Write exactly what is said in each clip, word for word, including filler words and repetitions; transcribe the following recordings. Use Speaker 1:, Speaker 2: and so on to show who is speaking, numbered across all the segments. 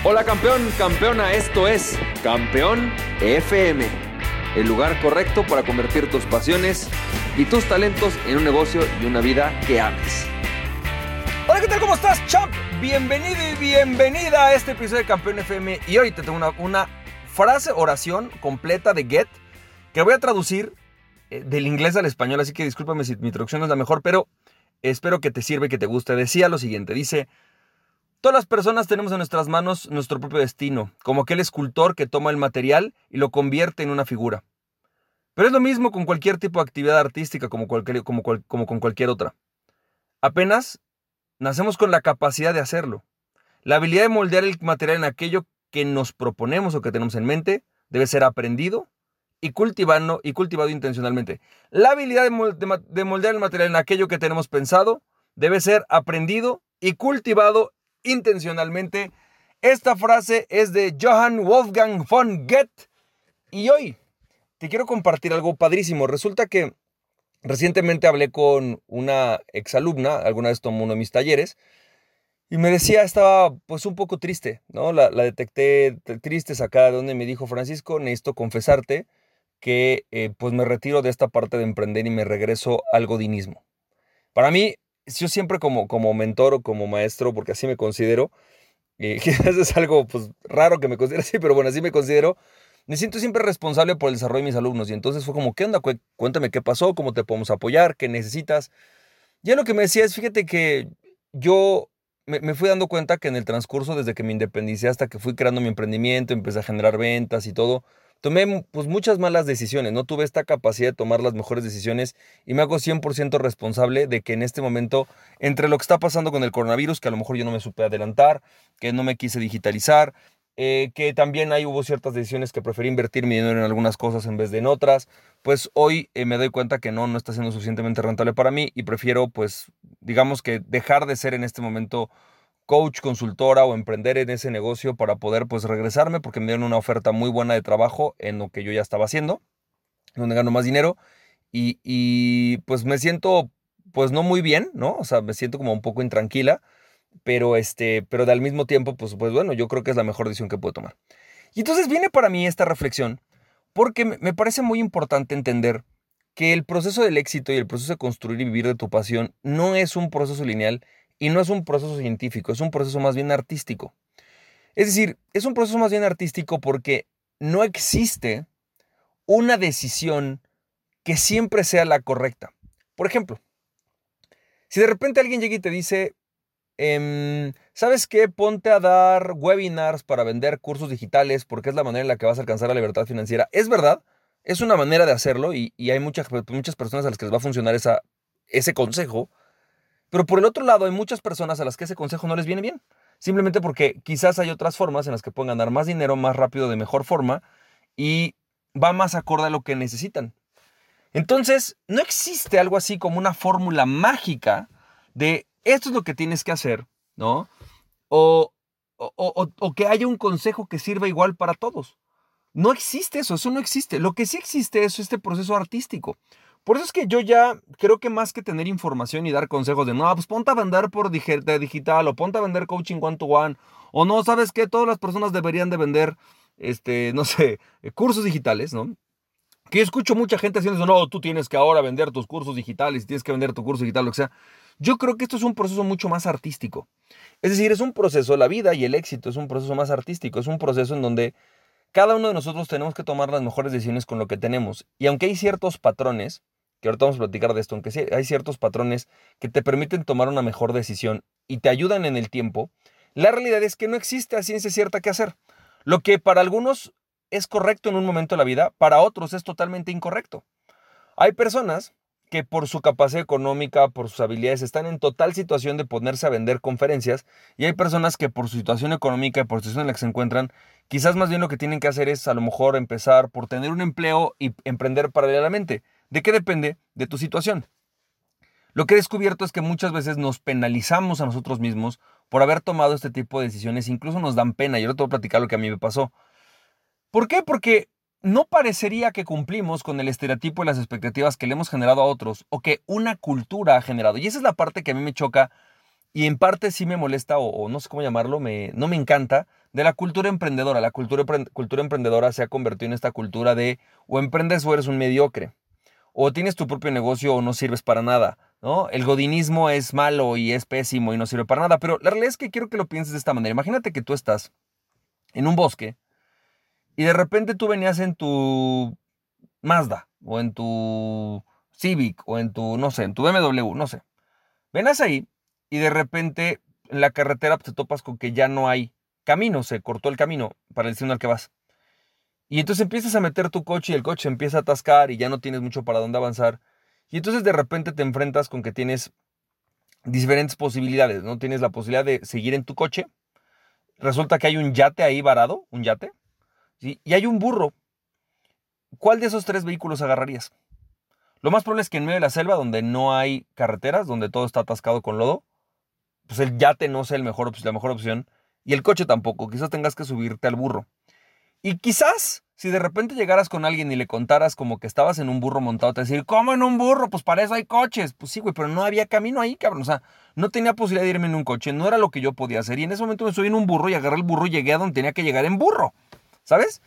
Speaker 1: Hola campeón, campeona, esto es Campeón F M, el lugar correcto para convertir tus pasiones y tus talentos en un negocio y una vida que ames.
Speaker 2: Hola, ¿qué tal? ¿Cómo estás, champ? Bienvenido y bienvenida a este episodio de Campeón F M. Y hoy te tengo una, una frase, oración completa de Get, que voy a traducir eh, del inglés al español, así que discúlpame si mi traducción no es la mejor, pero espero que te sirva y que te guste. Decía lo siguiente, dice: todas las personas tenemos en nuestras manos nuestro propio destino, como aquel escultor que toma el material y lo convierte en una figura. Pero es lo mismo con cualquier tipo de actividad artística, como, cualquier, como, cual, como con cualquier otra. Apenas nacemos con la capacidad de hacerlo. La habilidad de moldear el material en aquello que nos proponemos o que tenemos en mente debe ser aprendido y cultivado, y cultivado intencionalmente. La habilidad de moldear el material en aquello que tenemos pensado debe ser aprendido y cultivado intencionalmente. Esta frase es de Johann Wolfgang von Goethe y hoy te quiero compartir algo padrísimo. Resulta que recientemente hablé con una exalumna, alguna vez tomó uno de mis talleres y me decía, estaba pues un poco triste, ¿no? La, la detecté triste, sacada de donde me dijo: Francisco, necesito confesarte que eh, pues me retiro de esta parte de emprender y me regreso al godinismo. Para mí, yo siempre como, como mentor o como maestro, porque así me considero, eh, quizás es algo pues raro que me considere así, pero bueno, así me considero, me siento siempre responsable por el desarrollo de mis alumnos. Y entonces fue como, ¿qué onda? Cuéntame qué pasó, cómo te podemos apoyar, qué necesitas. Ya lo que me decía es, fíjate que yo me, me fui dando cuenta que en el transcurso, desde que me independicé hasta que fui creando mi emprendimiento, empecé a generar ventas y todo, tomé pues muchas malas decisiones, no tuve esta capacidad de tomar las mejores decisiones y me hago cien por ciento responsable de que en este momento, entre lo que está pasando con el coronavirus, que a lo mejor yo no me supe adelantar, que no me quise digitalizar, eh, que también ahí hubo ciertas decisiones que preferí invertir mi dinero en algunas cosas en vez de en otras, pues hoy eh, me doy cuenta que no, no está siendo suficientemente rentable para mí y prefiero pues digamos que dejar de ser en este momento coach, consultora o emprender en ese negocio para poder pues regresarme, porque me dieron una oferta muy buena de trabajo en lo que yo ya estaba haciendo, donde gano más dinero y, y pues me siento pues no muy bien, ¿no? O sea, me siento como un poco intranquila, pero este, pero al mismo tiempo pues, pues bueno, yo creo que es la mejor decisión que puedo tomar. Y entonces viene para mí esta reflexión, porque me parece muy importante entender que el proceso del éxito y el proceso de construir y vivir de tu pasión no es un proceso lineal y no es un proceso científico, es un proceso más bien artístico. Es decir, es un proceso más bien artístico porque no existe una decisión que siempre sea la correcta. Por ejemplo, si de repente alguien llega y te dice, ehm, ¿sabes qué? Ponte a dar webinars para vender cursos digitales porque es la manera en la que vas a alcanzar la libertad financiera. Es verdad, es una manera de hacerlo y, y hay muchas, muchas personas a las que les va a funcionar esa, ese consejo. Pero por el otro lado, hay muchas personas a las que ese consejo no les viene bien. Simplemente porque quizás hay otras formas en las que pueden ganar más dinero más rápido, de mejor forma, y va más acorde a lo que necesitan. Entonces, no existe algo así como una fórmula mágica de esto es lo que tienes que hacer, ¿no? O, o, o, o que haya un consejo que sirva igual para todos. No existe eso, eso no existe. Lo que sí existe es este proceso artístico. Por eso es que yo ya creo que más que tener información y dar consejos de no, pues ponte a vender por digital o ponte a vender coaching one to one o no, ¿sabes qué? Todas las personas deberían de vender, este, no sé, cursos digitales, ¿no? Que yo escucho mucha gente haciendo eso, no, tú tienes que ahora vender tus cursos digitales y tienes que vender tu curso digital, lo que sea. Yo creo que esto es un proceso mucho más artístico. Es decir, es un proceso, la vida y el éxito es un proceso más artístico, es un proceso en donde cada uno de nosotros tenemos que tomar las mejores decisiones con lo que tenemos. Y aunque hay ciertos patrones, que ahorita vamos a platicar de esto, aunque hay ciertos patrones que te permiten tomar una mejor decisión y te ayudan en el tiempo, la realidad es que no existe a ciencia cierta qué hacer. Lo que para algunos es correcto en un momento de la vida, para otros es totalmente incorrecto. Hay personas que por su capacidad económica, por sus habilidades, están en total situación de ponerse a vender conferencias, y hay personas que por su situación económica y por la situación en la que se encuentran, quizás más bien lo que tienen que hacer es a lo mejor empezar por tener un empleo y emprender paralelamente. ¿De qué depende? De tu situación. Lo que he descubierto es que muchas veces nos penalizamos a nosotros mismos por haber tomado este tipo de decisiones, incluso nos dan pena. Yo ahora te voy a platicar lo que a mí me pasó. ¿Por qué? Porque no parecería que cumplimos con el estereotipo y las expectativas que le hemos generado a otros o que una cultura ha generado. Y esa es la parte que a mí me choca y en parte sí me molesta o, o no sé cómo llamarlo, me, no me encanta de la cultura emprendedora. La cultura, cultura emprendedora se ha convertido en esta cultura de o emprendes o eres un mediocre, o tienes tu propio negocio o no sirves para nada, ¿no? El godinismo es malo y es pésimo y no sirve para nada, pero la realidad es que quiero que lo pienses de esta manera. Imagínate que tú estás en un bosque y de repente tú venías en tu Mazda o en tu Civic o en tu, no sé, en tu B M W, no sé. Venías ahí y de repente en la carretera te topas con que ya no hay camino, se cortó el camino para el destino al que vas. Y entonces empiezas a meter tu coche y el coche empieza a atascar y ya no tienes mucho para dónde avanzar. Y entonces de repente te enfrentas con que tienes diferentes posibilidades, ¿no? Tienes la posibilidad de seguir en tu coche. Resulta que hay un yate ahí varado, un yate, ¿sí? Y hay un burro. ¿Cuál de esos tres vehículos agarrarías? Lo más probable es que en medio de la selva, donde no hay carreteras, donde todo está atascado con lodo, pues el yate no sea el mejor, la mejor opción. Y el coche tampoco. Quizás tengas que subirte al burro. Y quizás, si de repente llegaras con alguien y le contaras como que estabas en un burro montado, te decir, ¿cómo en un burro? Pues para eso hay coches. Pues sí, güey, pero no había camino ahí, cabrón. O sea, no tenía posibilidad de irme en un coche, no era lo que yo podía hacer. Y en ese momento me subí en un burro y agarré el burro y llegué a donde tenía que llegar en burro. ¿Sabes?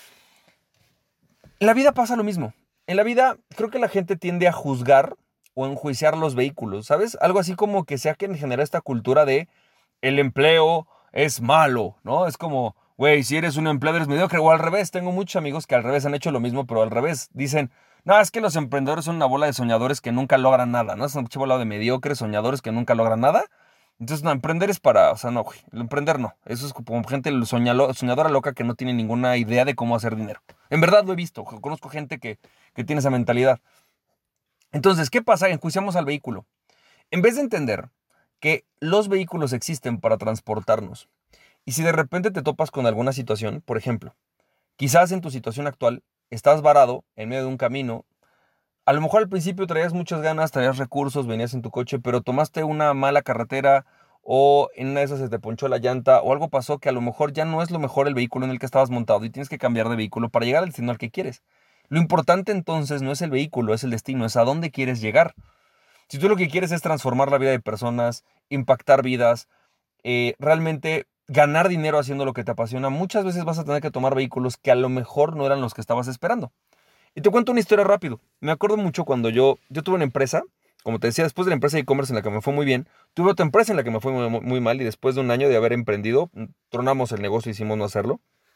Speaker 2: En la vida pasa lo mismo. En la vida creo que la gente tiende a juzgar o enjuiciar los vehículos, ¿sabes? Algo así como que sea que genera esta cultura de el empleo es malo, ¿no? Es como, güey, si eres un empleado eres mediocre, o al revés. Tengo muchos amigos que al revés han hecho lo mismo, pero al revés. Dicen, no, es que los emprendedores son una bola de soñadores que nunca logran nada, ¿no? Es una bola de mediocres soñadores que nunca logran nada. Entonces, no, emprender es para, o sea, no, güey, el emprender no. Eso es como gente soñalo, soñadora loca que no tiene ninguna idea de cómo hacer dinero. En verdad lo he visto, conozco gente que, que tiene esa mentalidad. Entonces, ¿qué pasa? Enjuiciamos al vehículo. En vez de entender que los vehículos existen para transportarnos, y si de repente te topas con alguna situación, por ejemplo, quizás en tu situación actual estás varado en medio de un camino. A lo mejor al principio traías muchas ganas, traías recursos, venías en tu coche, pero tomaste una mala carretera o en una de esas se te ponchó la llanta o algo pasó que a lo mejor ya no es lo mejor el vehículo en el que estabas montado y tienes que cambiar de vehículo para llegar al destino al que quieres. Lo importante entonces no es el vehículo, es el destino, es a dónde quieres llegar. Si tú lo que quieres es transformar la vida de personas, impactar vidas, eh, realmente ganar dinero haciendo lo que te apasiona, muchas veces vas a tener que tomar vehículos que a lo mejor no eran los que estabas esperando. Y te cuento una historia rápido. Me acuerdo mucho cuando yo, yo tuve una empresa, como te decía, después de la empresa de e-commerce en la que me fue muy bien, tuve otra empresa en la que me fue muy, muy mal y después de un año de haber emprendido, tronamos el negocio y hicimos no hacerlo.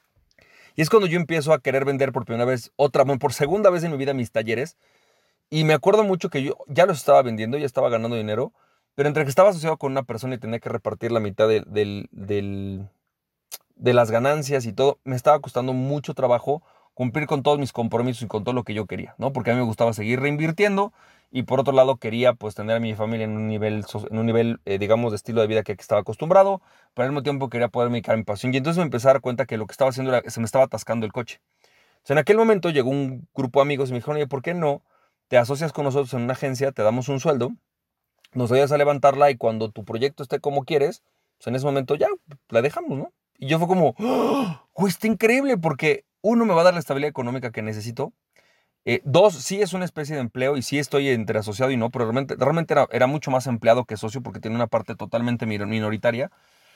Speaker 2: Y es cuando yo empiezo a querer vender por primera vez, otra, bueno, por segunda vez en mi vida mis talleres. Y me acuerdo mucho que yo ya los estaba vendiendo, ya estaba ganando dinero, pero entre que estaba asociado con una persona y tenía que repartir la mitad de, del, del, de las ganancias y todo, me estaba costando mucho trabajo cumplir con todos mis compromisos y con todo lo que yo quería, ¿no? Porque a mí me gustaba seguir reinvirtiendo y por otro lado quería pues tener a mi familia en un nivel, en un nivel eh, digamos, de estilo de vida que estaba acostumbrado, pero al mismo tiempo quería poder dedicar a mi pasión. Y entonces me empecé a dar cuenta que lo que estaba haciendo era, se me estaba atascando el coche. Entonces en aquel momento llegó un grupo de amigos y me dijeron, oye, ¿por qué no te asocias con nosotros en una agencia, te damos un sueldo, nos ayudas a levantarla y cuando tu proyecto esté como quieres, pues en ese momento ya la dejamos, ¿no? Y yo fue como, ¡oh! Está increíble porque uno, me va a dar la estabilidad económica que necesito. Eh, dos, sí es una especie de empleo y sí estoy entre asociado y no, pero realmente, realmente era, era mucho más empleado que socio porque tiene una parte totalmente minoritaria.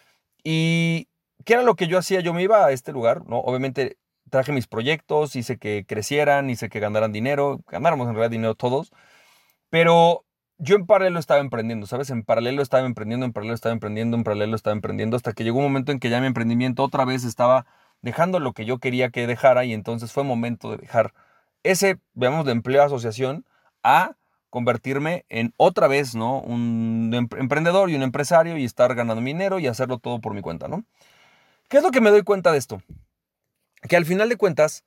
Speaker 2: ¿Y qué era lo que yo hacía? Yo me iba a este lugar, ¿no? Obviamente traje mis proyectos, hice que crecieran, hice que ganaran dinero, ganáramos en realidad dinero todos, pero yo en paralelo estaba emprendiendo, ¿sabes? En paralelo estaba emprendiendo, en paralelo estaba emprendiendo, en paralelo estaba emprendiendo, hasta que llegó un momento en que ya mi emprendimiento otra vez estaba dejando lo que yo quería que dejara y entonces fue momento de dejar ese, veamos, de empleo asociación a convertirme en otra vez, ¿no? Un emprendedor y un empresario y estar ganando dinero y hacerlo todo por mi cuenta, ¿no? ¿Qué es lo que me doy cuenta de esto? Que al final de cuentas,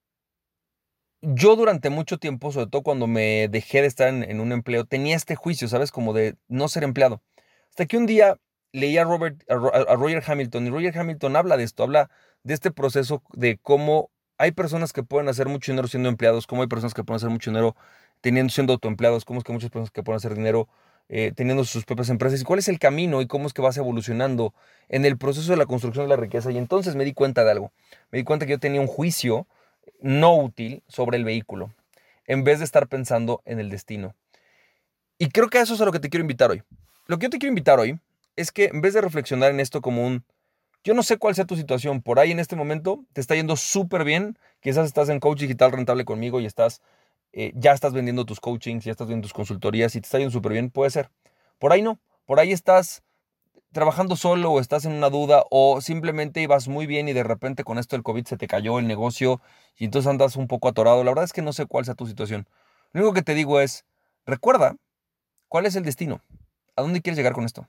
Speaker 2: yo durante mucho tiempo, sobre todo cuando me dejé de estar en, en un empleo, tenía este juicio, ¿sabes? Como de no ser empleado. Hasta que un día leí a, Robert, a, a Roger Hamilton y Roger Hamilton habla de esto, habla de este proceso de cómo hay personas que pueden hacer mucho dinero siendo empleados, cómo hay personas que pueden hacer mucho dinero teniendo, siendo autoempleados, cómo es que hay muchas personas que pueden hacer dinero eh, teniendo sus propias empresas y cuál es el camino y cómo es que vas evolucionando en el proceso de la construcción de la riqueza. Y entonces me di cuenta de algo. Me di cuenta que yo tenía un juicio no útil sobre el vehículo, en vez de estar pensando en el destino. Y creo que a eso es a lo que te quiero invitar hoy. Lo que yo te quiero invitar hoy es que en vez de reflexionar en esto como un Yo no sé cuál sea tu situación. Por ahí en este momento te está yendo súper bien. Quizás estás en Coach Digital Rentable conmigo y estás, eh, ya estás vendiendo tus coachings, ya estás vendiendo tus consultorías y te está yendo súper bien. Puede ser. Por ahí no. Por ahí estás trabajando solo o estás en una duda o simplemente ibas muy bien y de repente con esto del COVID se te cayó el negocio y entonces andas un poco atorado. La verdad es que no sé cuál sea tu situación. Lo único que te digo es, recuerda cuál es el destino. ¿A dónde quieres llegar con esto?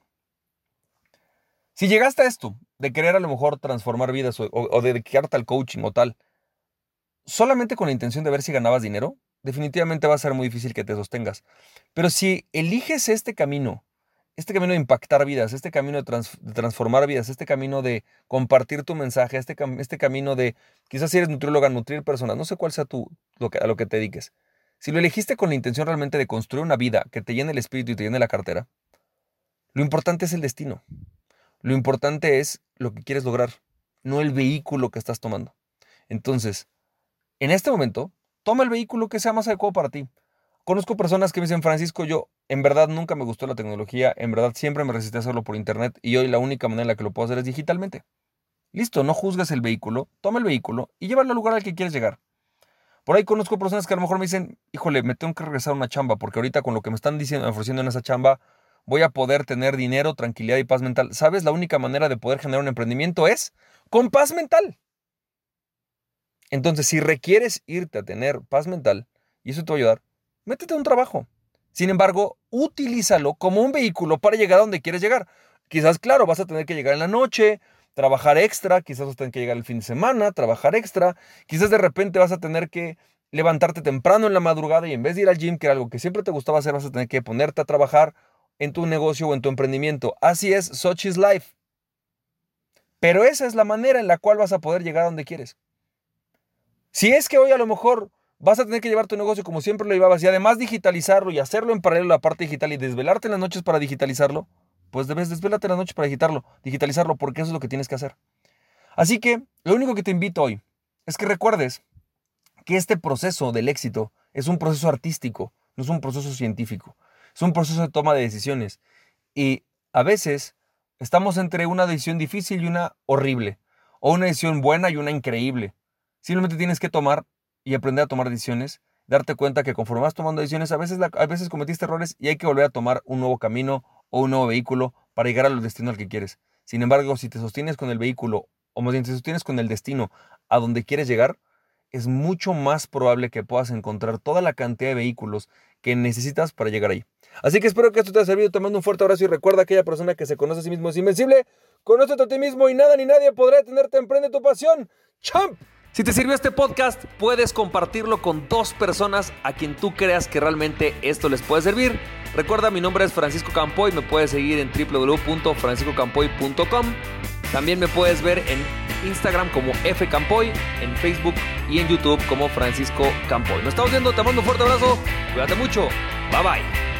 Speaker 2: Si llegaste a esto, de querer a lo mejor transformar vidas o, o, o dedicarte al coaching o tal, solamente con la intención de ver si ganabas dinero, definitivamente va a ser muy difícil que te sostengas. Pero si eliges este camino, este camino de impactar vidas, este camino de, trans, de transformar vidas, este camino de compartir tu mensaje, este, este camino de, quizás si eres nutrióloga, nutrir personas, no sé cuál sea tu, lo que, a lo que te dediques. Si lo elegiste con la intención realmente de construir una vida que te llene el espíritu y te llene la cartera, lo importante es el destino. Lo importante es lo que quieres lograr, no el vehículo que estás tomando. Entonces, en este momento, toma el vehículo que sea más adecuado para ti. Conozco personas que me dicen, Francisco, yo en verdad nunca me gustó la tecnología, en verdad siempre me resistí a hacerlo por internet y hoy la única manera en la que lo puedo hacer es digitalmente. Listo, no juzgues el vehículo, toma el vehículo y llévalo al lugar al que quieres llegar. Por ahí conozco personas que a lo mejor me dicen, híjole, me tengo que regresar a una chamba porque ahorita con lo que me están diciendo, ofreciendo en esa chamba, voy a poder tener dinero, tranquilidad y paz mental. ¿Sabes? La única manera de poder generar un emprendimiento es con paz mental. Entonces, si requieres irte a tener paz mental, y eso te va a ayudar, métete a un trabajo. Sin embargo, utilízalo como un vehículo para llegar a donde quieres llegar. Quizás, claro, vas a tener que llegar en la noche, trabajar extra, quizás vas a tener que llegar el fin de semana, trabajar extra, quizás de repente vas a tener que levantarte temprano en la madrugada y en vez de ir al gym, que era algo que siempre te gustaba hacer, vas a tener que ponerte a trabajar en tu negocio o en tu emprendimiento. Así es, such is life. Pero esa es la manera en la cual vas a poder llegar a donde quieres. Si es que hoy a lo mejor vas a tener que llevar tu negocio como siempre lo llevabas y además digitalizarlo y hacerlo en paralelo a la parte digital y desvelarte en las noches para digitalizarlo, pues debes desvelarte en las noches para digitalizarlo, digitalizarlo porque eso es lo que tienes que hacer. Así que lo único que te invito hoy es que recuerdes que este proceso del éxito es un proceso artístico, no es un proceso científico. Es un proceso de toma de decisiones y a veces estamos entre una decisión difícil y una horrible, o una decisión buena y una increíble. Simplemente tienes que tomar y aprender a tomar decisiones, darte cuenta que conforme vas tomando decisiones, a veces, la, a veces cometiste errores y hay que volver a tomar un nuevo camino o un nuevo vehículo para llegar al destino al que quieres. Sin embargo, si te sostienes con el vehículo, o más bien te sostienes con el destino a donde quieres llegar, es mucho más probable que puedas encontrar toda la cantidad de vehículos que necesitas para llegar ahí. Así que espero que esto te haya servido. Te mando un fuerte abrazo y recuerda, aquella persona que se conoce a sí mismo es invencible. Conócete a ti mismo y nada ni nadie podrá detenerte. Emprende tu pasión. ¡Champ! Si te sirvió este podcast, puedes compartirlo con dos personas a quien tú creas que realmente esto les puede servir. Recuerda, mi nombre es Francisco Campoy. Me puedes seguir en w w w punto francisco campoy punto com. También me puedes ver en Instagram como F Campoy, en Facebook y en YouTube como Francisco Campoy. Nos estamos viendo, te mando un fuerte abrazo, cuídate mucho, bye bye.